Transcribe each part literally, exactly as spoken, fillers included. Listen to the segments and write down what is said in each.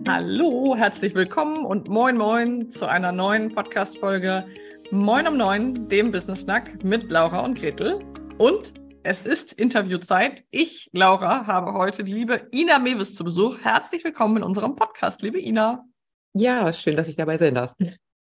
Hallo, herzlich willkommen und moin moin zu einer neuen Podcast-Folge Moin um neun, dem Business-Schnack mit Laura und Gretel. Und es ist Interviewzeit. Ich, Laura, habe heute die liebe Ina Mewis zu Besuch. Herzlich willkommen in unserem Podcast, liebe Ina. Ja, schön, dass ich dabei sein darf.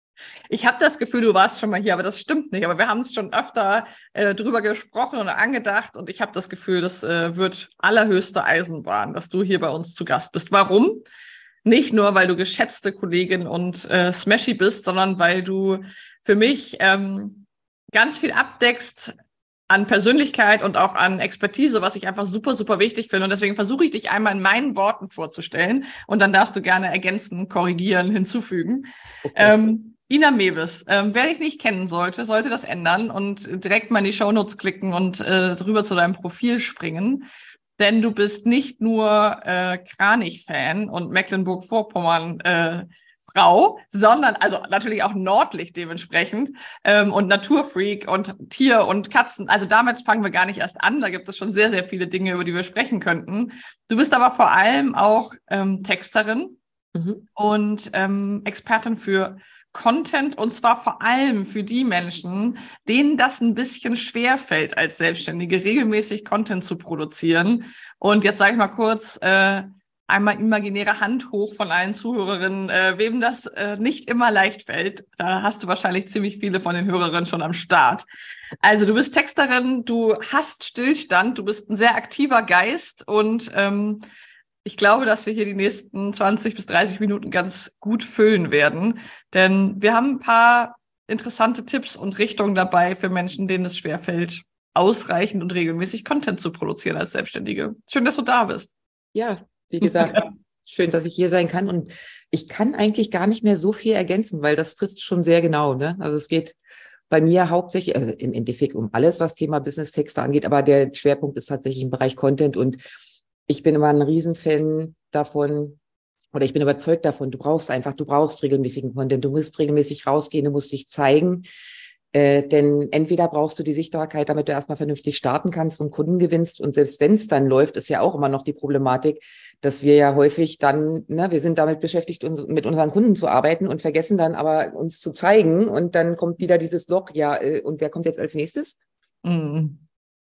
Ich habe das Gefühl, du warst schon mal hier, aber das stimmt nicht. Aber wir haben es schon öfter äh, drüber gesprochen und angedacht. Und ich habe das Gefühl, das äh, wird allerhöchste Eisenbahn, dass du hier bei uns zu Gast bist. Warum? Nicht nur, weil du geschätzte Kollegin und äh, Smashy bist, sondern weil du für mich ähm, ganz viel abdeckst an Persönlichkeit und auch an Expertise, was ich einfach super, super wichtig finde. Und deswegen versuche ich dich einmal in meinen Worten vorzustellen. Und dann darfst du gerne ergänzen, korrigieren, hinzufügen. Okay. Ähm, Ina Mewis, ähm, wer dich nicht kennen sollte, sollte das ändern und direkt mal in die Shownotes klicken und äh, rüber zu deinem Profil springen. Denn du bist nicht nur äh, Kranich-Fan und Mecklenburg-Vorpommern äh, Frau, sondern also natürlich auch Nordlicht dementsprechend ähm, und Naturfreak und Tier und Katzen. Also damit fangen wir gar nicht erst an. Da gibt es schon sehr, sehr viele Dinge, über die wir sprechen könnten. Du bist aber vor allem auch ähm, Texterin mhm. und ähm, Expertin für Content, und zwar vor allem für die Menschen, denen das ein bisschen schwerfällt, als Selbstständige regelmäßig Content zu produzieren. Und jetzt sage ich mal kurz äh, einmal imaginäre Hand hoch von allen Zuhörerinnen, äh, wem das äh, nicht immer leicht fällt. Da hast du wahrscheinlich ziemlich viele von den Hörerinnen schon am Start. Also du bist Texterin, du hast Stillstand, du bist ein sehr aktiver Geist und ähm, ich glaube, dass wir hier die nächsten zwanzig bis dreißig Minuten ganz gut füllen werden, denn wir haben ein paar interessante Tipps und Richtungen dabei für Menschen, denen es schwerfällt, ausreichend und regelmäßig Content zu produzieren als Selbstständige. Schön, dass du da bist. Ja, wie gesagt, schön, dass ich hier sein kann. Und ich kann eigentlich gar nicht mehr so viel ergänzen, weil das trifft schon sehr genau. Ne? Also es geht bei mir hauptsächlich, also im Endeffekt um alles, was Thema Business-Texte angeht, aber der Schwerpunkt ist tatsächlich im Bereich Content. Und ich bin immer ein Riesenfan davon, oder ich bin überzeugt davon, du brauchst einfach, du brauchst regelmäßigen Content, du musst regelmäßig rausgehen, du musst dich zeigen, äh, denn entweder brauchst du die Sichtbarkeit, damit du erstmal vernünftig starten kannst und Kunden gewinnst, und selbst wenn es dann läuft, ist ja auch immer noch die Problematik, dass wir ja häufig dann, ne, wir sind damit beschäftigt, uns, mit unseren Kunden zu arbeiten und vergessen dann aber uns zu zeigen, und dann kommt wieder dieses Loch, ja, äh, und wer kommt jetzt als nächstes? Mhm.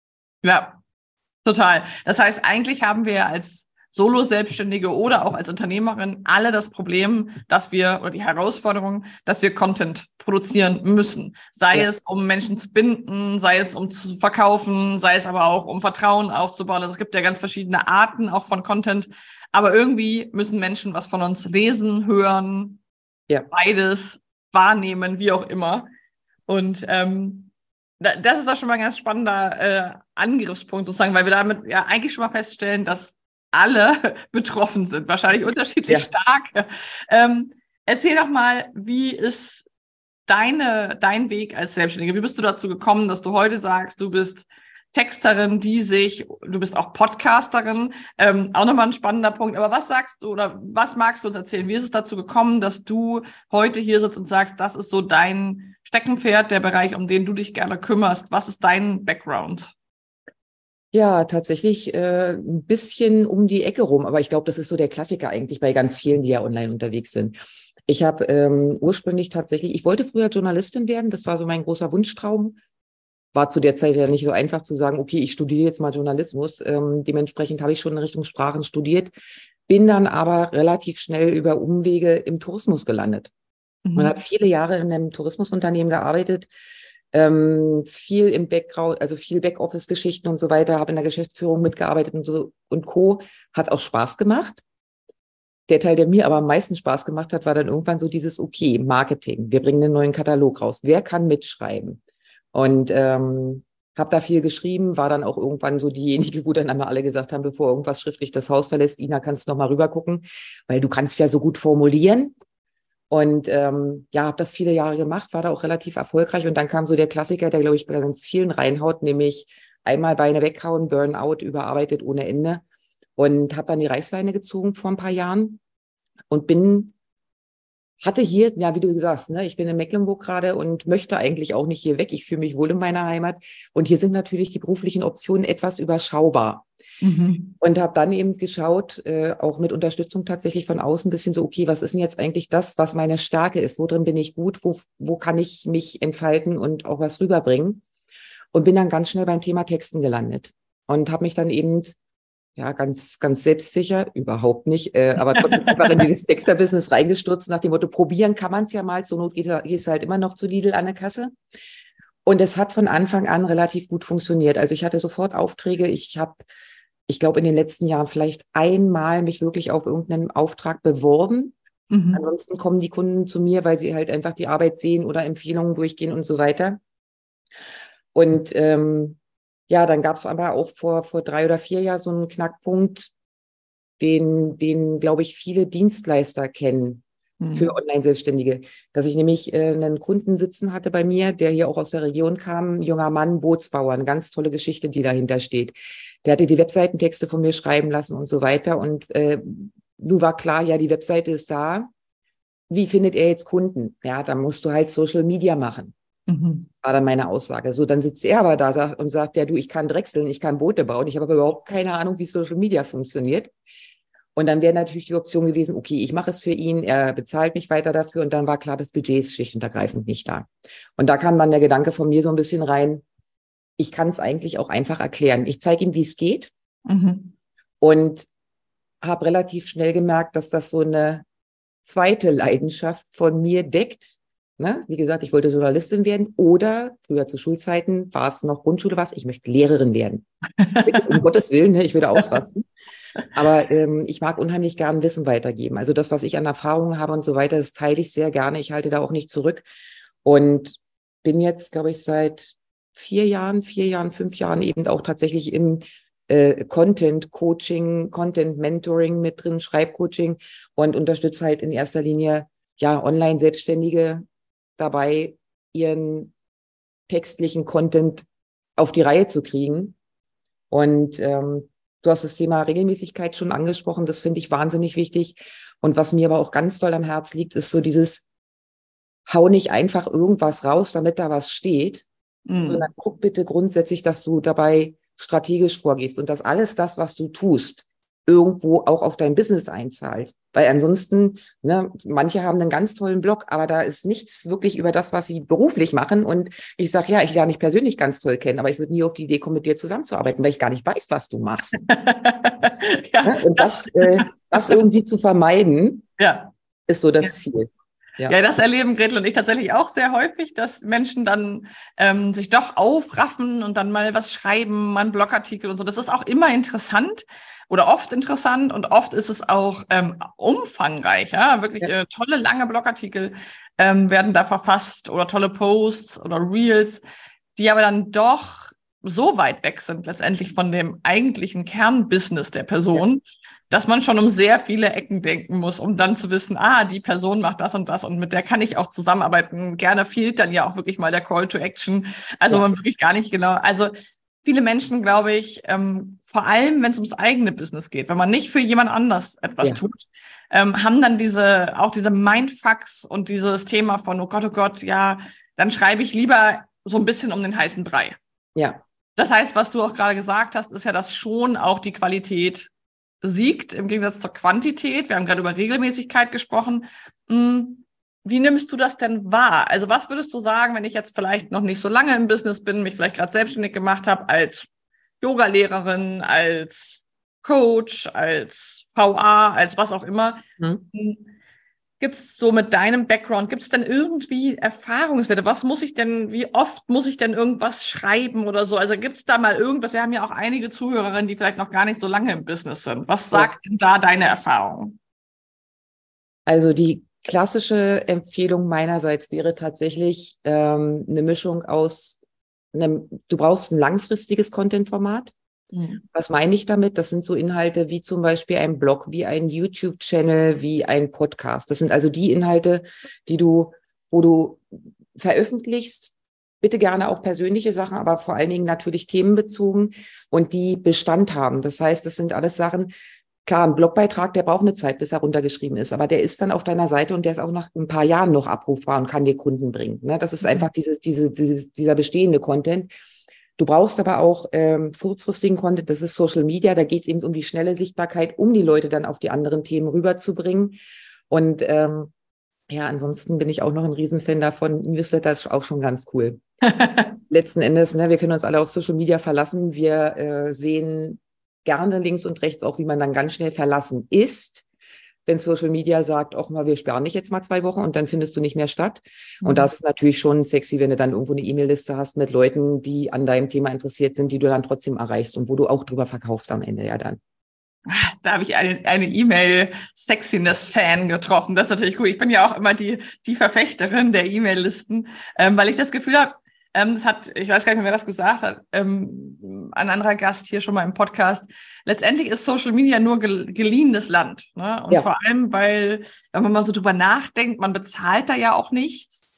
Ja. Total. Das heißt, eigentlich haben wir als Solo-Selbstständige oder auch als Unternehmerin alle das Problem, dass wir, oder die Herausforderung, dass wir Content produzieren müssen. Sei ja. es, um Menschen zu binden, sei es, um zu verkaufen, sei es aber auch, um Vertrauen aufzubauen. Also es gibt ja ganz verschiedene Arten auch von Content. Aber irgendwie müssen Menschen was von uns lesen, hören, ja. beides wahrnehmen, wie auch immer. Und ähm, das ist doch schon mal ein ganz spannender äh, Angriffspunkt sozusagen, weil wir damit ja eigentlich schon mal feststellen, dass alle betroffen sind, wahrscheinlich unterschiedlich ja. stark. Ähm, erzähl doch mal, wie ist deine, dein Weg als Selbstständige? Wie bist du dazu gekommen, dass du heute sagst, du bist Texterin, die sich, du bist auch Podcasterin, ähm, auch nochmal ein spannender Punkt. Aber was sagst du oder was magst du uns erzählen? Wie ist es dazu gekommen, dass du heute hier sitzt und sagst, das ist so dein Steckenpferd, der Bereich, um den du dich gerne kümmerst? Was ist dein Background? Ja, tatsächlich äh, ein bisschen um die Ecke rum. Aber ich glaube, das ist so der Klassiker eigentlich bei ganz vielen, die ja online unterwegs sind. Ich habe ähm, ursprünglich tatsächlich, ich wollte früher Journalistin werden. Das war so mein großer Wunschtraum. War zu der Zeit ja nicht so einfach zu sagen, okay, ich studiere jetzt mal Journalismus. Ähm, dementsprechend habe ich schon in Richtung Sprachen studiert, bin dann aber relativ schnell über Umwege im Tourismus gelandet. Mhm. Und habe viele Jahre in einem Tourismusunternehmen gearbeitet, ähm, viel im Background, also viel Backoffice-Geschichten und so weiter, habe in der Geschäftsführung mitgearbeitet und so und Co. Hat auch Spaß gemacht. Der Teil, der mir aber am meisten Spaß gemacht hat, war dann irgendwann so dieses, okay, Marketing, wir bringen einen neuen Katalog raus. Wer kann mitschreiben? Und ähm, habe da viel geschrieben, war dann auch irgendwann so diejenige, wo dann einmal alle gesagt haben, bevor irgendwas schriftlich das Haus verlässt, Ina, kannst du noch mal rüber gucken, weil du kannst ja so gut formulieren. Und ähm, ja, habe das viele Jahre gemacht, war da auch relativ erfolgreich. Und dann kam so der Klassiker, der, glaube ich, bei ganz vielen reinhaut, nämlich einmal Beine weghauen, Burnout, überarbeitet ohne Ende. Und habe dann die Reißleine gezogen vor ein paar Jahren und bin... Hatte hier, ja, wie du sagst, ne, ich bin in Mecklenburg gerade und möchte eigentlich auch nicht hier weg. Ich fühle mich wohl in meiner Heimat. Und hier sind natürlich die beruflichen Optionen etwas überschaubar. Mhm. Und habe dann eben geschaut, äh, auch mit Unterstützung tatsächlich von außen, ein bisschen so, okay, was ist denn jetzt eigentlich das, was meine Stärke ist? Worin bin ich gut? Wo, wo kann ich mich entfalten und auch was rüberbringen? Und bin dann ganz schnell beim Thema Texten gelandet und habe mich dann eben, ja, ganz, ganz selbstsicher, überhaupt nicht, äh, aber trotzdem einfach in dieses Texter-Business reingestürzt, nach dem Motto, probieren kann man es ja mal, zur Not geht, gehst du halt immer noch zu Lidl an der Kasse. Und es hat von Anfang an relativ gut funktioniert. Also ich hatte sofort Aufträge. Ich habe, ich glaube, in den letzten Jahren vielleicht einmal mich wirklich auf irgendeinen Auftrag beworben. Mhm. Ansonsten kommen die Kunden zu mir, weil sie halt einfach die Arbeit sehen oder Empfehlungen durchgehen und so weiter. Und ähm, ja, dann gab es aber auch vor, vor drei oder vier Jahren so einen Knackpunkt, den, den glaube ich, viele Dienstleister kennen mhm. für Online-Selbstständige. Dass ich nämlich äh, einen Kunden sitzen hatte bei mir, der hier auch aus der Region kam, ein junger Mann, Bootsbauer, eine ganz tolle Geschichte, die dahinter steht. Der hatte die Webseitentexte von mir schreiben lassen und so weiter. Und äh, nun war klar, ja, die Webseite ist da. Wie findet er jetzt Kunden? Ja, dann musst du halt Social Media machen. Mhm. War dann meine Aussage. So, dann sitzt er aber da und sagt, ja, du, ich kann drechseln, ich kann Boote bauen, ich habe aber überhaupt keine Ahnung, wie Social Media funktioniert. Und dann wäre natürlich die Option gewesen, okay, ich mache es für ihn, er bezahlt mich weiter dafür und dann war klar, das Budget ist schlicht und ergreifend nicht da. Und da kam dann der Gedanke von mir so ein bisschen rein, ich kann es eigentlich auch einfach erklären. Ich zeige ihm, wie es geht mhm. und habe relativ schnell gemerkt, dass das so eine zweite Leidenschaft von mir deckt. Ne? Wie gesagt, ich wollte Journalistin werden oder früher zu Schulzeiten war es noch Grundschule was, ich möchte Lehrerin werden. Um Gottes Willen, ne? Ich würde ausrasten. Aber ähm, ich mag unheimlich gern Wissen weitergeben. Also das, was ich an Erfahrungen habe und so weiter, das teile ich sehr gerne. Ich halte da auch nicht zurück und bin jetzt, glaube ich, seit vier Jahren, vier Jahren, fünf Jahren eben auch tatsächlich im äh, Content-Coaching, Content-Mentoring mit drin, Schreibcoaching und unterstütze halt in erster Linie ja Online-Selbstständige dabei, ihren textlichen Content auf die Reihe zu kriegen. Und ähm, du hast das Thema Regelmäßigkeit schon angesprochen. Das finde ich wahnsinnig wichtig. Und was mir aber auch ganz doll am Herz liegt, ist so dieses, hau nicht einfach irgendwas raus, damit da was steht, mm. sondern guck bitte grundsätzlich, dass du dabei strategisch vorgehst und dass alles das, was du tust, irgendwo auch auf dein Business einzahlt. Weil ansonsten, ne, manche haben einen ganz tollen Blog, aber da ist nichts wirklich über das, was sie beruflich machen. Und ich sage, ja, ich lerne dich persönlich ganz toll kennen, aber ich würde nie auf die Idee kommen, mit dir zusammenzuarbeiten, weil ich gar nicht weiß, was du machst. ja, ne? Und das, das, äh, das irgendwie zu vermeiden, ja. ist so das ja. Ziel. Ja. ja, das erleben Gretel und ich tatsächlich auch sehr häufig, dass Menschen dann ähm, sich doch aufraffen und dann mal was schreiben, mal einen Blogartikel und so. Das ist auch immer interessant oder oft interessant und oft ist es auch ähm, umfangreich. Ja? Wirklich ja. Äh, tolle, lange Blogartikel ähm, werden da verfasst oder tolle Posts oder Reels, die aber dann doch so weit weg sind letztendlich von dem eigentlichen Kernbusiness der Person, ja. dass man schon um sehr viele Ecken denken muss, um dann zu wissen, ah, die Person macht das und das und mit der kann ich auch zusammenarbeiten. Gerne fehlt dann ja auch wirklich mal der Call to Action. Also ja. man wirklich gar nicht genau. Also viele Menschen, glaube ich, ähm, vor allem, wenn es ums eigene Business geht, wenn man nicht für jemand anders etwas ja. tut, ähm, haben dann diese auch diese Mindfucks und dieses Thema von, oh Gott, oh Gott, ja, dann schreibe ich lieber so ein bisschen um den heißen Brei. Ja. Das heißt, was du auch gerade gesagt hast, ist ja, dass schon auch die Qualität siegt im Gegensatz zur Quantität. Wir haben gerade über Regelmäßigkeit gesprochen. Wie nimmst du das denn wahr? Also was würdest du sagen, wenn ich jetzt vielleicht noch nicht so lange im Business bin, mich vielleicht gerade selbstständig gemacht habe als Yoga-Lehrerin, als Coach, als V A, als was auch immer. Mhm. Gibt es so mit deinem Background, gibt es denn irgendwie Erfahrungswerte? Was muss ich denn, wie oft muss ich denn irgendwas schreiben oder so? Also gibt es da mal irgendwas? Wir haben ja auch einige Zuhörerinnen, die vielleicht noch gar nicht so lange im Business sind. Was sagt ja. denn da deine Erfahrung? Also die klassische Empfehlung meinerseits wäre tatsächlich ähm, eine Mischung aus, einem, du brauchst ein langfristiges Content-Format. Was meine ich damit? Das sind so Inhalte wie zum Beispiel ein Blog, wie ein YouTube-Channel, wie ein Podcast. Das sind also die Inhalte, die du, wo du veröffentlichst, bitte gerne auch persönliche Sachen, aber vor allen Dingen natürlich themenbezogen und die Bestand haben. Das heißt, das sind alles Sachen, klar, ein Blogbeitrag, der braucht eine Zeit, bis er runtergeschrieben ist, aber der ist dann auf deiner Seite und der ist auch nach ein paar Jahren noch abrufbar und kann dir Kunden bringen. Ne? Das ist einfach dieses, diese, dieses, dieser bestehende Content. Du brauchst aber auch ähm, kurzfristigen Content, das ist Social Media, da geht es eben um die schnelle Sichtbarkeit, um die Leute dann auf die anderen Themen rüberzubringen. Und ähm, ja, ansonsten bin ich auch noch ein Riesenfan davon. Newsletter ist auch schon ganz cool. Letzten Endes, ne, wir können uns alle auf Social Media verlassen. Wir äh, sehen gerne links und rechts auch, wie man dann ganz schnell verlassen ist, wenn Social Media sagt, auch mal, wir sperren dich jetzt mal zwei Wochen und dann findest du nicht mehr statt. Mhm. Und das ist natürlich schon sexy, wenn du dann irgendwo eine E-Mail-Liste hast mit Leuten, die an deinem Thema interessiert sind, die du dann trotzdem erreichst und wo du auch drüber verkaufst am Ende ja dann. Da habe ich eine, eine E-Mail-Sexiness-Fan getroffen. Das ist natürlich gut. Ich bin ja auch immer die, die Verfechterin der E-Mail-Listen, ähm, weil ich das Gefühl habe, ähm, das hat, ich weiß gar nicht mehr, wer das gesagt hat, ähm, ein anderer Gast hier schon mal im Podcast. Letztendlich ist Social Media nur gel- geliehenes Land. Ne? Und ja. vor allem, weil, wenn man mal so drüber nachdenkt, man bezahlt da ja auch nichts.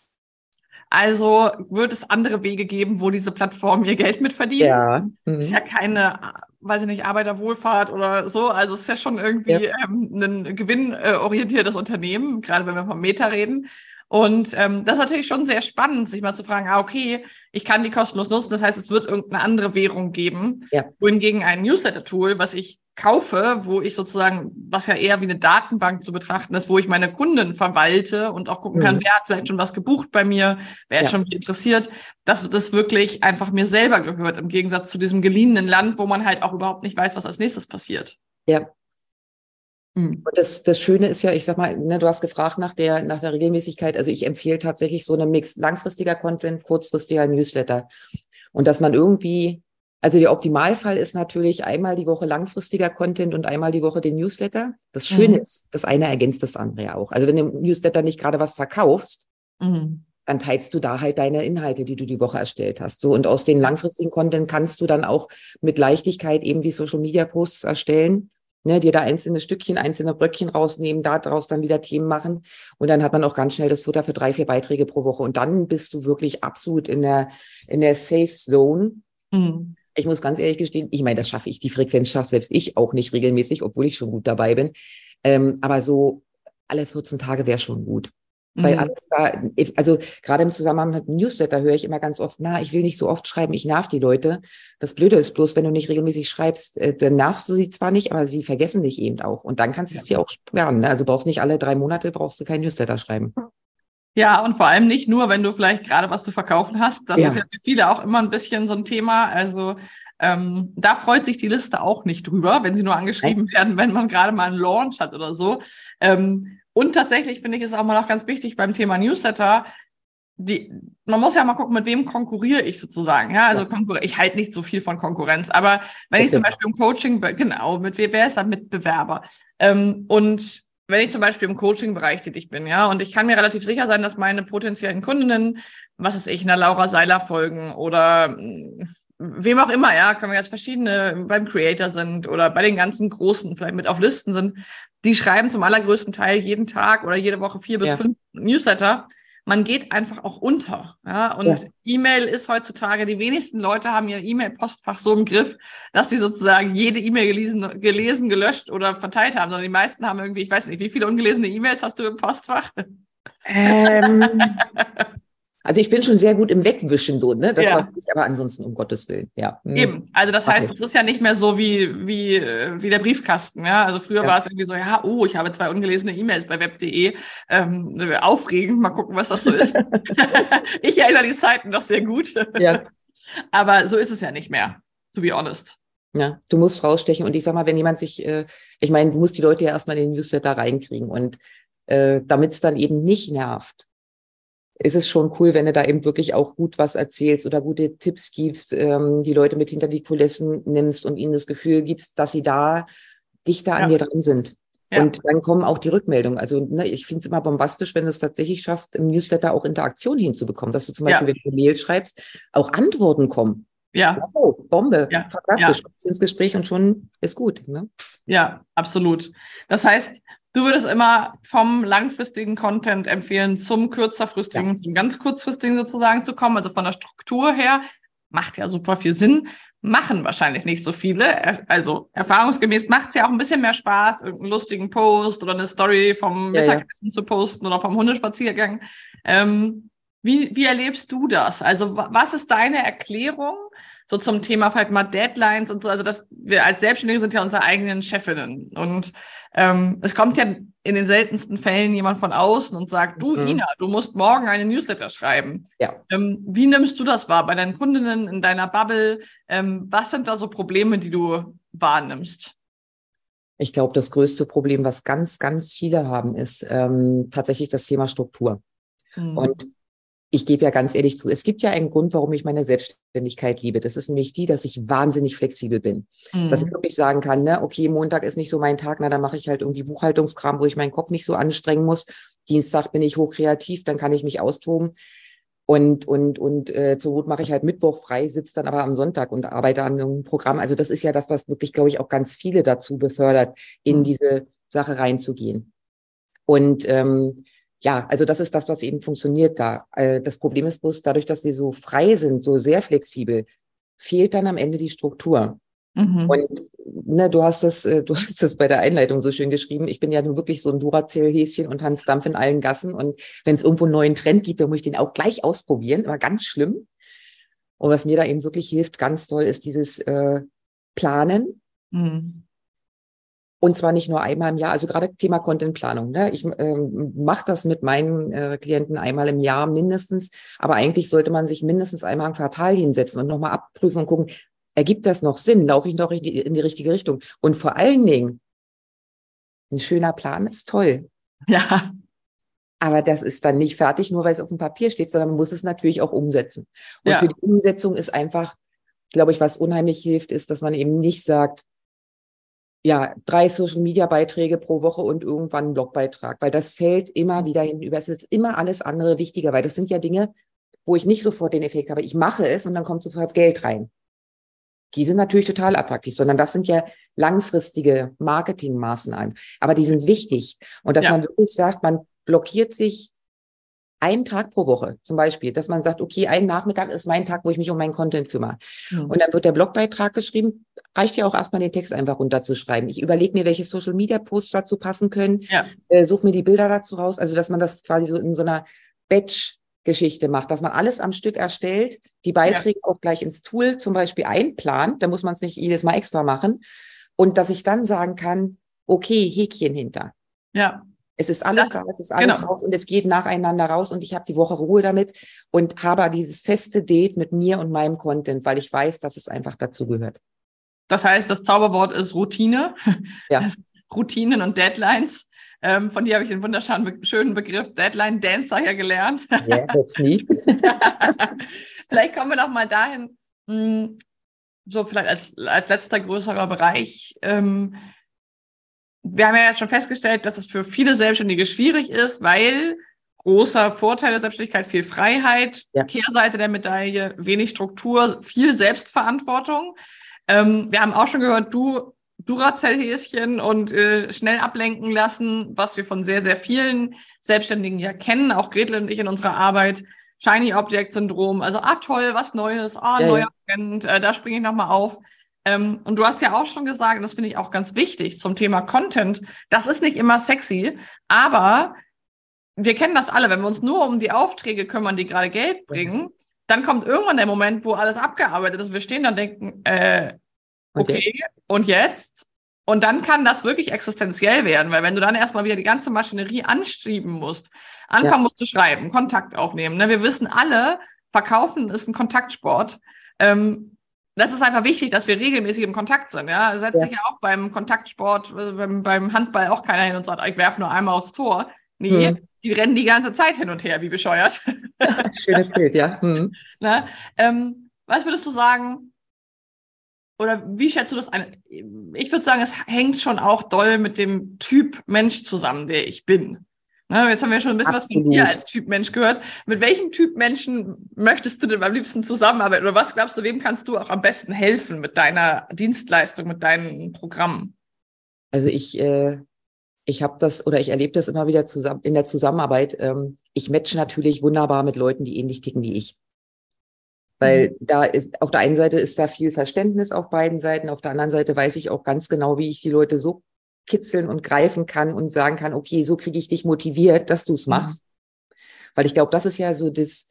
Also wird es andere Wege geben, wo diese Plattformen ihr Geld mit verdienen. Ja. Mhm. Ist ja keine, weiß ich nicht, Arbeiterwohlfahrt oder so. Also es ist ja schon irgendwie ja. ähm, ein gewinnorientiertes Unternehmen, gerade wenn wir von Meta reden. Und ähm, das ist natürlich schon sehr spannend, sich mal zu fragen, ah, okay, ich kann die kostenlos nutzen, das heißt, es wird irgendeine andere Währung geben. Ja. Wohingegen ein Newsletter-Tool, was ich kaufe, wo ich sozusagen, was ja eher wie eine Datenbank zu betrachten ist, wo ich meine Kunden verwalte und auch gucken kann, mhm. wer hat vielleicht schon was gebucht bei mir, wer ist ja. schon interessiert, dass das wirklich einfach mir selber gehört, im Gegensatz zu diesem geliehenen Land, wo man halt auch überhaupt nicht weiß, was als nächstes passiert. Ja. Und das, das Schöne ist ja, ich sag mal, ne, du hast gefragt nach der, nach der Regelmäßigkeit. Also ich empfehle tatsächlich so einen Mix langfristiger Content, kurzfristiger Newsletter. Und dass man irgendwie, also der Optimalfall ist natürlich einmal die Woche langfristiger Content und einmal die Woche den Newsletter. Das Schöne mhm. ist, das eine ergänzt das andere ja auch. Also wenn du im Newsletter nicht gerade was verkaufst, mhm. dann teilst du da halt deine Inhalte, die du die Woche erstellt hast. So, und aus den langfristigen Content kannst du dann auch mit Leichtigkeit eben die Social Media Posts erstellen. Ne, dir da einzelne Stückchen, einzelne Bröckchen rausnehmen, da draus dann wieder Themen machen. Und dann hat man auch ganz schnell das Futter für drei, vier Beiträge pro Woche. Und dann bist du wirklich absolut in der, in der Safe Zone. Mhm. Ich muss ganz ehrlich gestehen, ich meine, das schaffe ich, die Frequenz schafft selbst ich auch nicht regelmäßig, obwohl ich schon gut dabei bin. Ähm, aber so alle vierzehn Tage wäre schon gut. Weil alles da, also gerade im Zusammenhang mit dem Newsletter höre ich immer ganz oft, na, ich will nicht so oft schreiben, ich nerv die Leute. Das Blöde ist bloß, wenn du nicht regelmäßig schreibst, äh, dann nervst du sie zwar nicht, aber sie vergessen dich eben auch. Und dann kannst du es dir auch sperren. Ne? Also brauchst nicht alle drei Monate, brauchst du kein Newsletter schreiben. Ja, und vor allem nicht nur, wenn du vielleicht gerade was zu verkaufen hast. Das ja. ist ja für viele auch immer ein bisschen so ein Thema. Also ähm, da freut sich die Liste auch nicht drüber, wenn sie nur angeschrieben werden, wenn man gerade mal einen Launch hat oder so. Ähm, Und tatsächlich finde ich es auch mal noch ganz wichtig beim Thema Newsletter, die, man muss ja mal gucken, mit wem konkurriere ich sozusagen. Ja, also ja. Konkur- ich halte nicht so viel von Konkurrenz, aber wenn okay. ich zum Beispiel im Coaching, genau, mit wer, wer ist da Mitbewerber? Ähm, und wenn ich zum Beispiel im Coaching-Bereich tätig bin, ja, und ich kann mir relativ sicher sein, dass meine potenziellen Kundinnen, was weiß ich, einer Laura Seiler folgen oder wem auch immer, ja, können wir jetzt verschiedene beim Creator sind oder bei den ganzen Großen vielleicht mit auf Listen sind, die schreiben zum allergrößten Teil jeden Tag oder jede Woche vier bis ja. fünf Newsletter. Man geht einfach auch unter. Ja? Und ja. E-Mail ist heutzutage, die wenigsten Leute haben ihr E-Mail-Postfach so im Griff, dass sie sozusagen jede E-Mail gelesen, gelesen, gelöscht oder verteilt haben, sondern die meisten haben irgendwie, ich weiß nicht, wie viele ungelesene E-Mails hast du im Postfach? Ähm, also ich bin schon sehr gut im Wegwischen, so, ne? Das ja. was ich, aber ansonsten um Gottes Willen, ja. Eben, also das heißt, es ist ja nicht mehr so wie, wie, wie der Briefkasten, ja. Also früher ja. war es irgendwie so, ja, oh, ich habe zwei ungelesene E-Mails bei web punkt de, ähm, aufregend, mal gucken, was das so ist. Ich erinnere die Zeiten doch sehr gut. Ja. Aber so ist es ja nicht mehr, to be honest. Ja, du musst rausstechen und ich sag mal, wenn jemand sich, äh, ich meine, du musst die Leute ja erstmal in den Newsletter reinkriegen und äh, damit es dann eben nicht nervt, ist es schon cool, wenn du da eben wirklich auch gut was erzählst oder gute Tipps gibst, ähm, die Leute mit hinter die Kulissen nimmst und ihnen das Gefühl gibst, dass sie da dichter ja. an dir dran sind. Ja. Und dann kommen auch die Rückmeldungen. Also ne, ich finde es immer bombastisch, wenn du es tatsächlich schaffst, im Newsletter auch Interaktion hinzubekommen, dass du zum Beispiel, ja. wenn du eine Mail schreibst, auch Antworten kommen. Ja. Wow, Bombe, ja. fantastisch. Ja. Kommst ins Gespräch und schon ist gut. Ne? Ja, absolut. Das heißt, du würdest immer vom langfristigen Content empfehlen, zum kürzerfristigen, ja. zum ganz kurzfristigen sozusagen zu kommen. Also von der Struktur her macht ja super viel Sinn. Machen wahrscheinlich nicht so viele. Also erfahrungsgemäß macht es ja auch ein bisschen mehr Spaß, irgendeinen lustigen Post oder eine Story vom ja, Mittagessen ja. zu posten oder vom Hundespaziergang. Ähm, wie, wie erlebst du das? Also was ist deine Erklärung, so zum Thema vielleicht mal Deadlines und so. Also dass wir als Selbstständige sind ja unsere eigenen Chefinnen. Und ähm, es kommt ja in den seltensten Fällen jemand von außen und sagt, du Mhm. Ina, du musst morgen eine Newsletter schreiben. Ja. Ähm, wie nimmst du das wahr bei deinen Kundinnen, in deiner Bubble? Ähm, was sind da so Probleme, die du wahrnimmst? Ich glaube, das größte Problem, was ganz, ganz viele haben, ist ähm, tatsächlich das Thema Struktur. Hm. Und ich gebe ja ganz ehrlich zu, es gibt ja einen Grund, warum ich meine Selbstständigkeit liebe. Das ist nämlich die, dass ich wahnsinnig flexibel bin. Hm. Dass ich wirklich sagen kann, ne, okay, Montag ist nicht so mein Tag, na, dann mache ich halt irgendwie Buchhaltungskram, wo ich meinen Kopf nicht so anstrengen muss. Dienstag bin ich hochkreativ, dann kann ich mich austoben. Und, und, und äh, zur Not mache ich halt Mittwoch frei, sitze dann aber am Sonntag und arbeite an einem Programm. Also das ist ja das, was wirklich, glaube ich, auch ganz viele dazu befördert, in Hm. diese Sache reinzugehen. Und ähm, ja, also das ist das, was eben funktioniert da. Äh, das Problem ist bloß, dadurch, dass wir so frei sind, so sehr flexibel, fehlt dann am Ende die Struktur. Mhm. Und ne, du hast das, äh, du hast das bei der Einleitung so schön geschrieben. Ich bin ja nun wirklich so ein Duracell-Häschen und Hans Dampf in allen Gassen. Und wenn es irgendwo einen neuen Trend gibt, dann muss ich den auch gleich ausprobieren. Immer ganz schlimm. Und was mir da eben wirklich hilft, ganz toll, ist dieses äh, Planen. Mhm. Und zwar nicht nur einmal im Jahr, also gerade Thema Contentplanung. Ne? Ich ähm, mache das mit meinen äh, Klienten einmal im Jahr mindestens. Aber eigentlich sollte man sich mindestens einmal im Quartal hinsetzen und nochmal abprüfen und gucken, ergibt das noch Sinn? Laufe ich noch in die, in die richtige Richtung? Und vor allen Dingen, ein schöner Plan ist toll. Ja. Aber das ist dann nicht fertig, nur weil es auf dem Papier steht, sondern man muss es natürlich auch umsetzen. Und Ja. für die Umsetzung ist einfach, glaube ich, was unheimlich hilft, ist, dass man eben nicht sagt, ja, drei Social-Media-Beiträge pro Woche und irgendwann ein Blogbeitrag, weil das fällt immer wieder hinüber. Es ist immer alles andere wichtiger, weil das sind ja Dinge, wo ich nicht sofort den Effekt habe. Ich mache es und dann kommt sofort Geld rein. Die sind natürlich total attraktiv, sondern das sind ja langfristige Marketingmaßnahmen. Aber die sind wichtig. Und dass Ja. man wirklich sagt, man blockiert sich einen Tag pro Woche zum Beispiel, dass man sagt, okay, ein Nachmittag ist mein Tag, wo ich mich um meinen Content kümmere. Mhm. Und dann wird der Blogbeitrag geschrieben, reicht ja auch erstmal den Text einfach runterzuschreiben. Ich überlege mir, welche Social-Media-Posts dazu passen können, Ja. äh, suche mir die Bilder dazu raus, also dass man das quasi so in so einer Batch-Geschichte macht, dass man alles am Stück erstellt, die Beiträge ja. auch gleich ins Tool zum Beispiel einplant, da muss man es nicht jedes Mal extra machen und dass ich dann sagen kann, okay, Häkchen hinter. Ja. Es ist alles Das, da, es ist alles genau. raus und es geht nacheinander raus und ich habe die Woche Ruhe damit und habe dieses feste Date mit mir und meinem Content, weil ich weiß, dass es einfach dazu gehört. Das heißt, das Zauberwort ist Routine. Ja. Das Routinen und Deadlines. Ähm, von dir habe ich den wunderschönen schönen Begriff Deadline Dancer ja gelernt. Yeah, that's me. Vielleicht kommen wir noch mal dahin, mh, so vielleicht als, als letzter größerer Bereich. Ähm, wir haben ja schon festgestellt, dass es für viele Selbstständige schwierig ist, weil großer Vorteil der Selbstständigkeit, viel Freiheit, Ja. Kehrseite der Medaille, wenig Struktur, viel Selbstverantwortung. Ähm, wir haben auch schon gehört, du Duracell-Häschen und äh, schnell ablenken lassen, was wir von sehr, sehr vielen Selbstständigen ja kennen, auch Gretel und ich in unserer Arbeit. Shiny Object Syndrom, also ah toll, was Neues, ah Ja, neuer ja. Trend, äh, da springe ich nochmal auf. Ähm, und du hast ja auch schon gesagt, und das finde ich auch ganz wichtig zum Thema Content, das ist nicht immer sexy, aber wir kennen das alle, wenn wir uns nur um die Aufträge kümmern, die gerade Geld bringen, dann kommt irgendwann der Moment, wo alles abgearbeitet ist. Wir stehen dann und denken, äh, okay, und jetzt? Und dann kann das wirklich existenziell werden, weil wenn du dann erstmal wieder die ganze Maschinerie anschieben musst, anfangen Ja. musst zu schreiben, Kontakt aufnehmen. Ne? Wir wissen alle, Verkaufen ist ein Kontaktsport. Ähm, das ist einfach wichtig, dass wir regelmäßig im Kontakt sind. Ja? Da setzt Ja. sich ja auch beim Kontaktsport, äh, beim, beim Handball auch keiner hin und sagt, ich werfe nur einmal aufs Tor. Nee, Hm. die rennen die ganze Zeit hin und her, wie bescheuert. Schönes Bild, ja. Hm. Ne? Ähm, was würdest du sagen, oder wie schätzt du das ein? Ich würde sagen, es hängt schon auch doll mit dem Typ Mensch zusammen, der ich bin. Ne, jetzt haben wir schon ein bisschen Absolut. was von dir als Typ Mensch gehört. Mit welchem Typ Menschen möchtest du denn am liebsten zusammenarbeiten? Oder was glaubst du, wem kannst du auch am besten helfen mit deiner Dienstleistung, mit deinen Programmen? Also ich, äh, ich habe das oder ich erlebe das immer wieder zusammen in der Zusammenarbeit. Ähm, ich matche natürlich wunderbar mit Leuten, die ähnlich ticken wie ich. Weil mhm. da ist, auf der einen Seite ist da viel Verständnis auf beiden Seiten, auf der anderen Seite weiß ich auch ganz genau, wie ich die Leute so kitzeln und greifen kann und sagen kann, okay, so kriege ich dich motiviert, dass du es machst. Mhm. Weil ich glaube, das ist ja so das,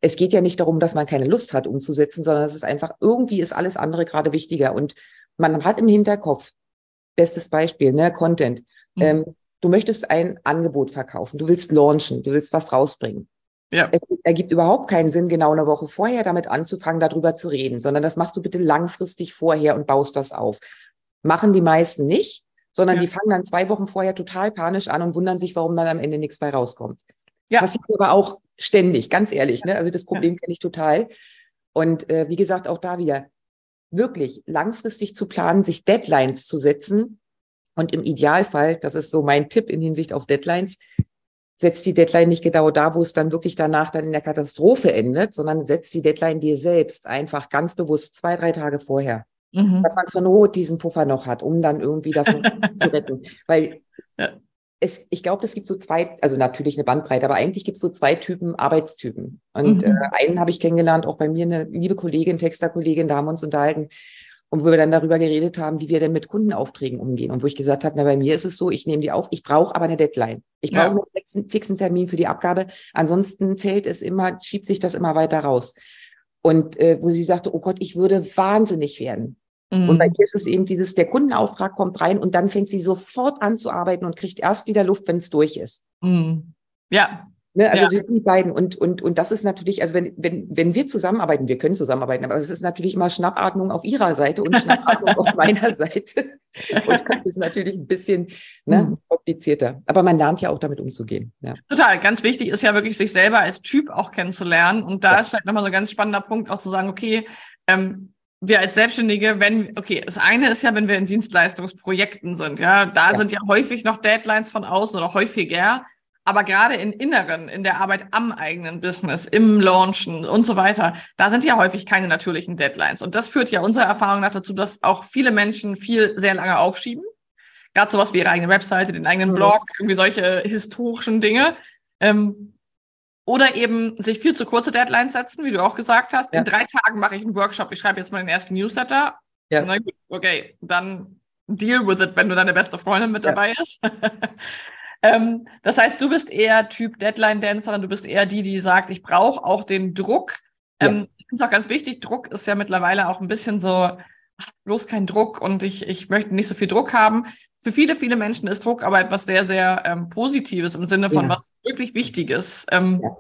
es geht ja nicht darum, dass man keine Lust hat, umzusetzen, sondern es ist einfach, irgendwie ist alles andere gerade wichtiger. Und man hat im Hinterkopf, bestes Beispiel, ne, Content. Mhm. Ähm, du möchtest ein Angebot verkaufen, du willst launchen, du willst was rausbringen. Ja. Es ergibt überhaupt keinen Sinn, genau eine Woche vorher damit anzufangen, darüber zu reden, sondern das machst du bitte langfristig vorher und baust das auf. Machen die meisten nicht, sondern ja. die fangen dann zwei Wochen vorher total panisch an und wundern sich, warum dann am Ende nichts bei rauskommt. Ja. Passiert aber auch ständig, ganz ehrlich. Ne? Also das Problem ja. kenne ich total. Und äh, wie gesagt, auch da wieder, wirklich langfristig zu planen, sich Deadlines zu setzen und im Idealfall, das ist so mein Tipp in Hinsicht auf Deadlines, setzt die Deadline nicht genau da, wo es dann wirklich danach dann in der Katastrophe endet, sondern setzt die Deadline dir selbst einfach ganz bewusst zwei, drei Tage vorher. Mhm. Dass man zur Not diesen Puffer noch hat, um dann irgendwie das noch zu retten. Weil ja. es, ich glaube, es gibt so zwei, also natürlich eine Bandbreite, aber eigentlich gibt es so zwei Typen Arbeitstypen. Und mhm. äh, einen habe ich kennengelernt, auch bei mir eine liebe Kollegin, Texterkollegin, da haben wir uns unterhalten. Und wo wir dann darüber geredet haben, wie wir denn mit Kundenaufträgen umgehen. Und wo ich gesagt habe, na, bei mir ist es so, ich nehme die auf, ich brauche aber eine Deadline. Ich brauche ja. einen fixen, fixen Termin für die Abgabe. Ansonsten fällt es immer, schiebt sich das immer weiter raus. Und äh, wo sie sagte, oh Gott, ich würde wahnsinnig werden. Mhm. Und bei ihr ist es eben dieses, der Kundenauftrag kommt rein und dann fängt sie sofort an zu arbeiten und kriegt erst wieder Luft, wenn es durch ist. Mhm. Ja. Ne, also ja. sie sind die beiden und, und, und das ist natürlich, also wenn, wenn, wenn wir zusammenarbeiten, wir können zusammenarbeiten, aber es ist natürlich immer Schnappatmung auf ihrer Seite und Schnappatmung auf meiner Seite. Und das ist natürlich ein bisschen ne, komplizierter. Aber man lernt ja auch damit umzugehen. Ja. Total. Ganz wichtig ist ja wirklich, sich selber als Typ auch kennenzulernen. Und da ja. ist vielleicht nochmal so ein ganz spannender Punkt, auch zu sagen, okay, ähm, wir als Selbstständige, wenn, okay, das eine ist ja, wenn wir in Dienstleistungsprojekten sind, ja, da ja. sind ja häufig noch Deadlines von außen oder häufiger. Aber gerade in Inneren, in der Arbeit am eigenen Business, im Launchen und so weiter, da sind ja häufig keine natürlichen Deadlines. Und das führt ja unserer Erfahrung nach dazu, dass auch viele Menschen viel sehr lange aufschieben. Gerade sowas wie ihre eigene Webseite, den eigenen mhm. Blog, irgendwie solche historischen Dinge. Ähm, oder eben sich viel zu kurze Deadlines setzen, wie du auch gesagt hast. Ja. In drei Tagen mache ich einen Workshop, ich schreibe jetzt mal den ersten Newsletter. Ja. Na gut, okay, dann deal with it, wenn du deine beste Freundin mit ja. dabei ist. Ähm, das heißt, du bist eher Typ Deadline-Dancer, du bist eher die, die sagt, ich brauche auch den Druck. Ja. Ähm, ich finde es auch ganz wichtig, Druck ist ja mittlerweile auch ein bisschen so, ach, bloß kein Druck und ich, ich möchte nicht so viel Druck haben. Für viele, viele Menschen ist Druck aber etwas sehr, sehr ähm, Positives im Sinne von ja. was wirklich Wichtiges. Ähm, ja.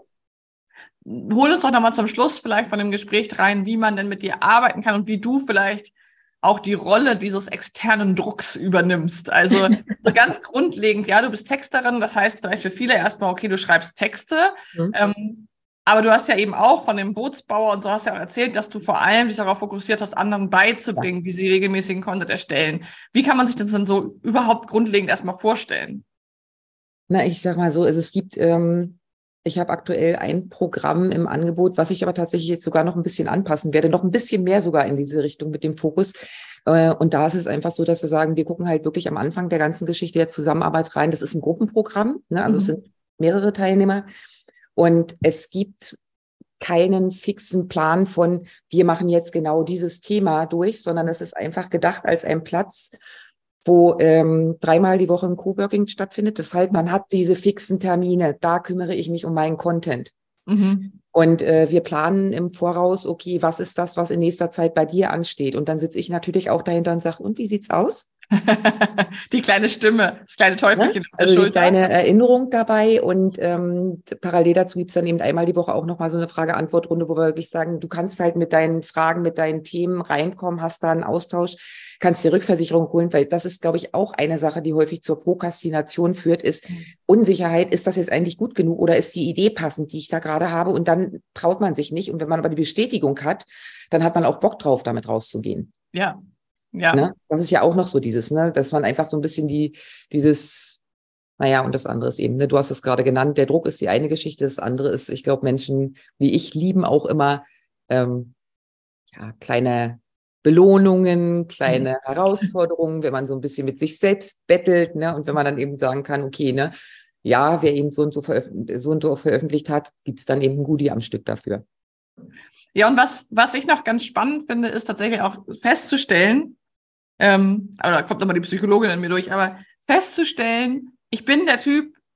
Hol uns doch nochmal zum Schluss vielleicht von dem Gespräch rein, wie man denn mit dir arbeiten kann und wie du vielleicht auch die Rolle dieses externen Drucks übernimmst. Also so ganz grundlegend, ja, du bist Texterin, das heißt vielleicht für viele erstmal, okay, du schreibst Texte, mhm. ähm, aber du hast ja eben auch von dem Bootsbauer und so hast ja auch erzählt, dass du vor allem dich darauf fokussiert hast, anderen beizubringen, ja. wie sie regelmäßigen Content erstellen. Wie kann man sich das denn so überhaupt grundlegend erstmal vorstellen? Na, ich sag mal so, also es gibt... Ähm Ich habe aktuell ein Programm im Angebot, was ich aber tatsächlich jetzt sogar noch ein bisschen anpassen werde, noch ein bisschen mehr sogar in diese Richtung mit dem Fokus. Und da ist es einfach so, dass wir sagen, wir gucken halt wirklich am Anfang der ganzen Geschichte der Zusammenarbeit rein. Das ist ein Gruppenprogramm, ne? Also mhm. es sind mehrere Teilnehmer und es gibt keinen fixen Plan von, wir machen jetzt genau dieses Thema durch, sondern es ist einfach gedacht als ein Platz, wo ähm, dreimal die Woche ein Coworking stattfindet. Das heißt, man hat diese fixen Termine, da kümmere ich mich um meinen Content. Mhm. Und äh, wir planen im Voraus, okay, was ist das, was in nächster Zeit bei dir ansteht? Und dann sitze ich natürlich auch dahinter und sage, und wie sieht's aus? Die kleine Stimme, das kleine Teufelchen ja? auf der also Schulter. Die kleine Erinnerung dabei und ähm, parallel dazu gibt's dann eben einmal die Woche auch nochmal so eine Frage-Antwort-Runde, wo wir wirklich sagen, du kannst halt mit deinen Fragen, mit deinen Themen reinkommen, hast da einen Austausch, kannst dir Rückversicherung holen, weil das ist, glaube ich, auch eine Sache, die häufig zur Prokrastination führt, ist Unsicherheit, ist das jetzt eigentlich gut genug oder ist die Idee passend, die ich da gerade habe und dann traut man sich nicht und wenn man aber die Bestätigung hat, dann hat man auch Bock drauf, damit rauszugehen. Ja. Ja. Ne? Das ist ja auch noch so dieses, ne, dass man einfach so ein bisschen die, dieses, naja, und das andere ist eben, ne, du hast es gerade genannt, der Druck ist die eine Geschichte, das andere ist, ich glaube, Menschen wie ich lieben auch immer ähm, ja, kleine Belohnungen, kleine mhm. Herausforderungen, wenn man so ein bisschen mit sich selbst bettelt, ne, und wenn man dann eben sagen kann, okay, ne, ja, wer eben so und so, veröf- so, und so veröffentlicht hat, gibt es dann eben ein Goodie am Stück dafür. Ja, und was, was ich noch ganz spannend finde, ist tatsächlich auch festzustellen, ähm, aber da kommt nochmal die Psychologin in mir durch, aber festzustellen, ich bin der Typ,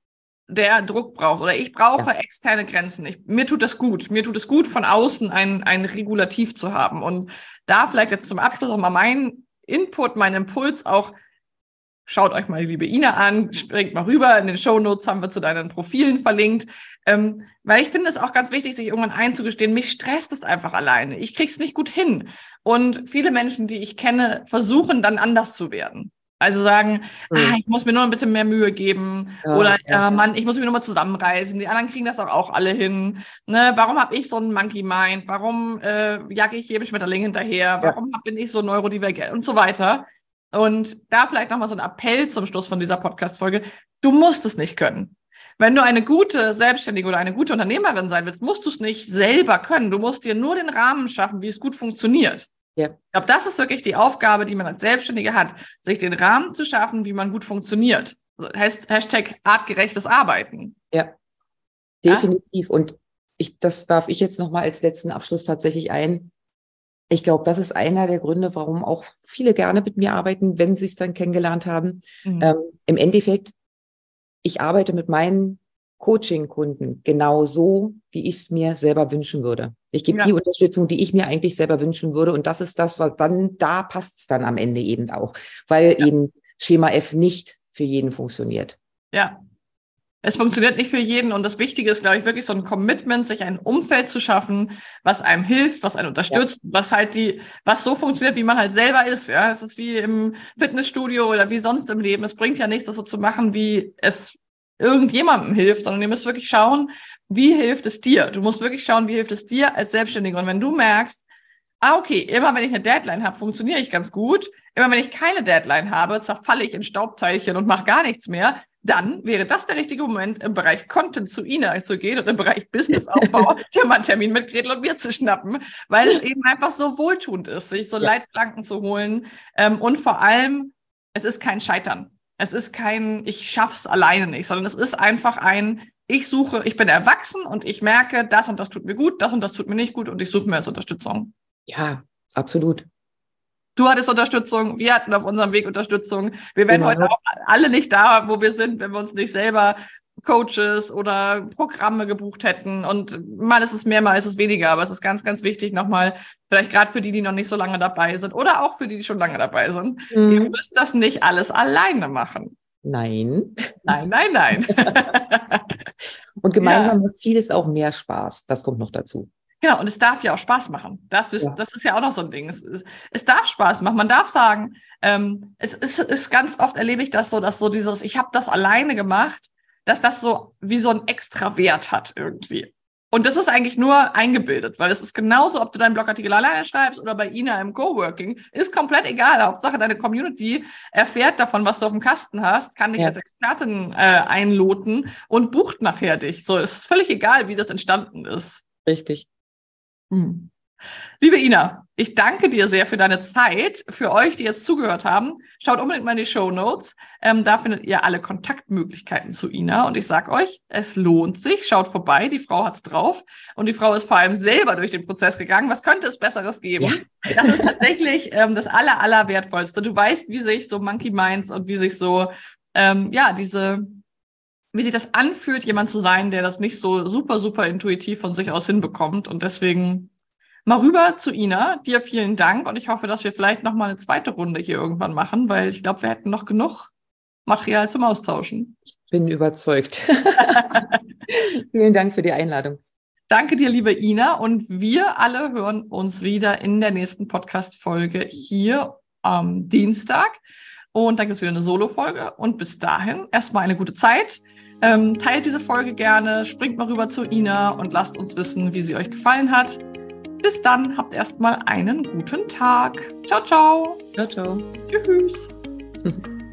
der Druck braucht oder ich brauche Ja. externe Grenzen. Ich, mir tut das gut. Mir tut es gut, von außen ein, ein Regulativ zu haben. Und da vielleicht jetzt zum Abschluss auch mal mein Input, mein Impuls auch. Schaut euch mal die liebe Ina an, springt mal rüber. In den Shownotes haben wir zu deinen Profilen verlinkt. Ähm, weil ich finde es auch ganz wichtig, sich irgendwann einzugestehen, mich stresst es einfach alleine. Ich krieg's nicht gut hin. Und viele Menschen, die ich kenne, versuchen dann anders zu werden. Also sagen, mhm. ah, ich muss mir nur ein bisschen mehr Mühe geben. Ja, oder ja. Äh, Mann, ich muss mich nur mal zusammenreißen. Die anderen kriegen das doch auch alle hin. Ne? Warum habe ich so einen Monkey Mind? Warum äh, jage ich jedem Schmetterling hinterher? Warum ja. bin ich so neurodivergent? Und so weiter. Und da vielleicht nochmal so ein Appell zum Schluss von dieser Podcast-Folge. Du musst es nicht können. Wenn du eine gute Selbstständige oder eine gute Unternehmerin sein willst, musst du es nicht selber können. Du musst dir nur den Rahmen schaffen, wie es gut funktioniert. Ja. Ich glaube, das ist wirklich die Aufgabe, die man als Selbstständige hat, sich den Rahmen zu schaffen, wie man gut funktioniert. Hashtag artgerechtes Arbeiten. Ja, definitiv. Ja? Und ich, das darf ich jetzt nochmal als letzten Abschluss tatsächlich ein. Ich glaube, das ist einer der Gründe, warum auch viele gerne mit mir arbeiten, wenn sie es dann kennengelernt haben. Mhm. Ähm, im Endeffekt, ich arbeite mit meinen Coaching-Kunden genau so, wie ich es mir selber wünschen würde. Ich gebe ja. die Unterstützung, die ich mir eigentlich selber wünschen würde. Und das ist das, was dann, da passt es dann am Ende eben auch. Weil ja. eben Schema F nicht für jeden funktioniert. Ja. Es funktioniert nicht für jeden und das Wichtige ist, glaube ich, wirklich so ein Commitment, sich ein Umfeld zu schaffen, was einem hilft, was einen unterstützt, ja. was halt die, was so funktioniert, wie man halt selber ist. Ja, es ist wie im Fitnessstudio oder wie sonst im Leben. Es bringt ja nichts, das so zu machen, wie es irgendjemandem hilft, sondern ihr müsst wirklich schauen, wie hilft es dir? Du musst wirklich schauen, wie hilft es dir als Selbstständige. Und wenn du merkst, ah, okay, immer wenn ich eine Deadline habe, funktioniere ich ganz gut. Immer wenn ich keine Deadline habe, zerfalle ich in Staubteilchen und mache gar nichts mehr. Dann wäre das der richtige Moment, im Bereich Content zu Ina zu gehen und im Bereich Businessaufbau dir mal einen Termin mit Gretel und mir zu schnappen, weil es eben einfach so wohltuend ist, sich so ja. Leitplanken zu holen. Ähm, und vor allem, es ist kein Scheitern. Es ist kein, ich schaff's alleine nicht, sondern es ist einfach ein, ich suche, ich bin erwachsen und ich merke, das und das tut mir gut, das und das tut mir nicht gut und ich suche mir jetzt Unterstützung. Ja, absolut. Du hattest Unterstützung, wir hatten auf unserem Weg Unterstützung. Wir wären genau. heute auch alle nicht da, wo wir sind, wenn wir uns nicht selber Coaches oder Programme gebucht hätten. Und mal ist es mehr, mal ist es weniger. Aber es ist ganz, ganz wichtig nochmal, vielleicht gerade für die, die noch nicht so lange dabei sind oder auch für die, die schon lange dabei sind. Mhm. Ihr müsst das nicht alles alleine machen. Nein. Nein, nein, nein. Und gemeinsam ja. macht vieles auch mehr Spaß. Das kommt noch dazu. Genau, und es darf ja auch Spaß machen. Das ist, ja. das ist ja auch noch so ein Ding. Es, es, es darf Spaß machen. Man darf sagen, ähm, es ist, ist ganz oft erlebe ich das so, dass so dieses, ich habe das alleine gemacht, dass das so wie so ein extra Wert hat irgendwie. Und das ist eigentlich nur eingebildet, weil es ist genauso, ob du deinen Blogartikel alleine schreibst oder bei Ina im Coworking, ist komplett egal. Hauptsache deine Community erfährt davon, was du auf dem Kasten hast, kann dich ja. als Expertin äh, einloten und bucht nachher dich. So, es ist völlig egal, wie das entstanden ist. Richtig. Hm. Liebe Ina, ich danke dir sehr für deine Zeit. Für euch, die jetzt zugehört haben, schaut unbedingt mal in die Shownotes. Ähm, da findet ihr alle Kontaktmöglichkeiten zu Ina. Und ich sage euch, es lohnt sich. Schaut vorbei, die Frau hat's drauf. Und die Frau ist vor allem selber durch den Prozess gegangen. Was könnte es Besseres geben? Ja. Das ist tatsächlich ähm, das aller, aller Wertvollste. Du weißt, wie sich so Monkey Minds und wie sich so, ähm, ja, diese... wie sich das anfühlt, jemand zu sein, der das nicht so super, super intuitiv von sich aus hinbekommt. Und deswegen mal rüber zu Ina. Dir vielen Dank. Und ich hoffe, dass wir vielleicht noch mal eine zweite Runde hier irgendwann machen, weil ich glaube, wir hätten noch genug Material zum Austauschen. Ich bin überzeugt. Vielen Dank für die Einladung. Danke dir, liebe Ina. Und wir alle hören uns wieder in der nächsten Podcast-Folge hier am Dienstag. Und dann gibt es wieder eine Solo-Folge. Und bis dahin erstmal eine gute Zeit. Ähm, teilt diese Folge gerne, springt mal rüber zu Ina und lasst uns wissen, wie sie euch gefallen hat. Bis dann, habt erstmal einen guten Tag. Ciao, ciao. Ciao, ciao. Tschüss.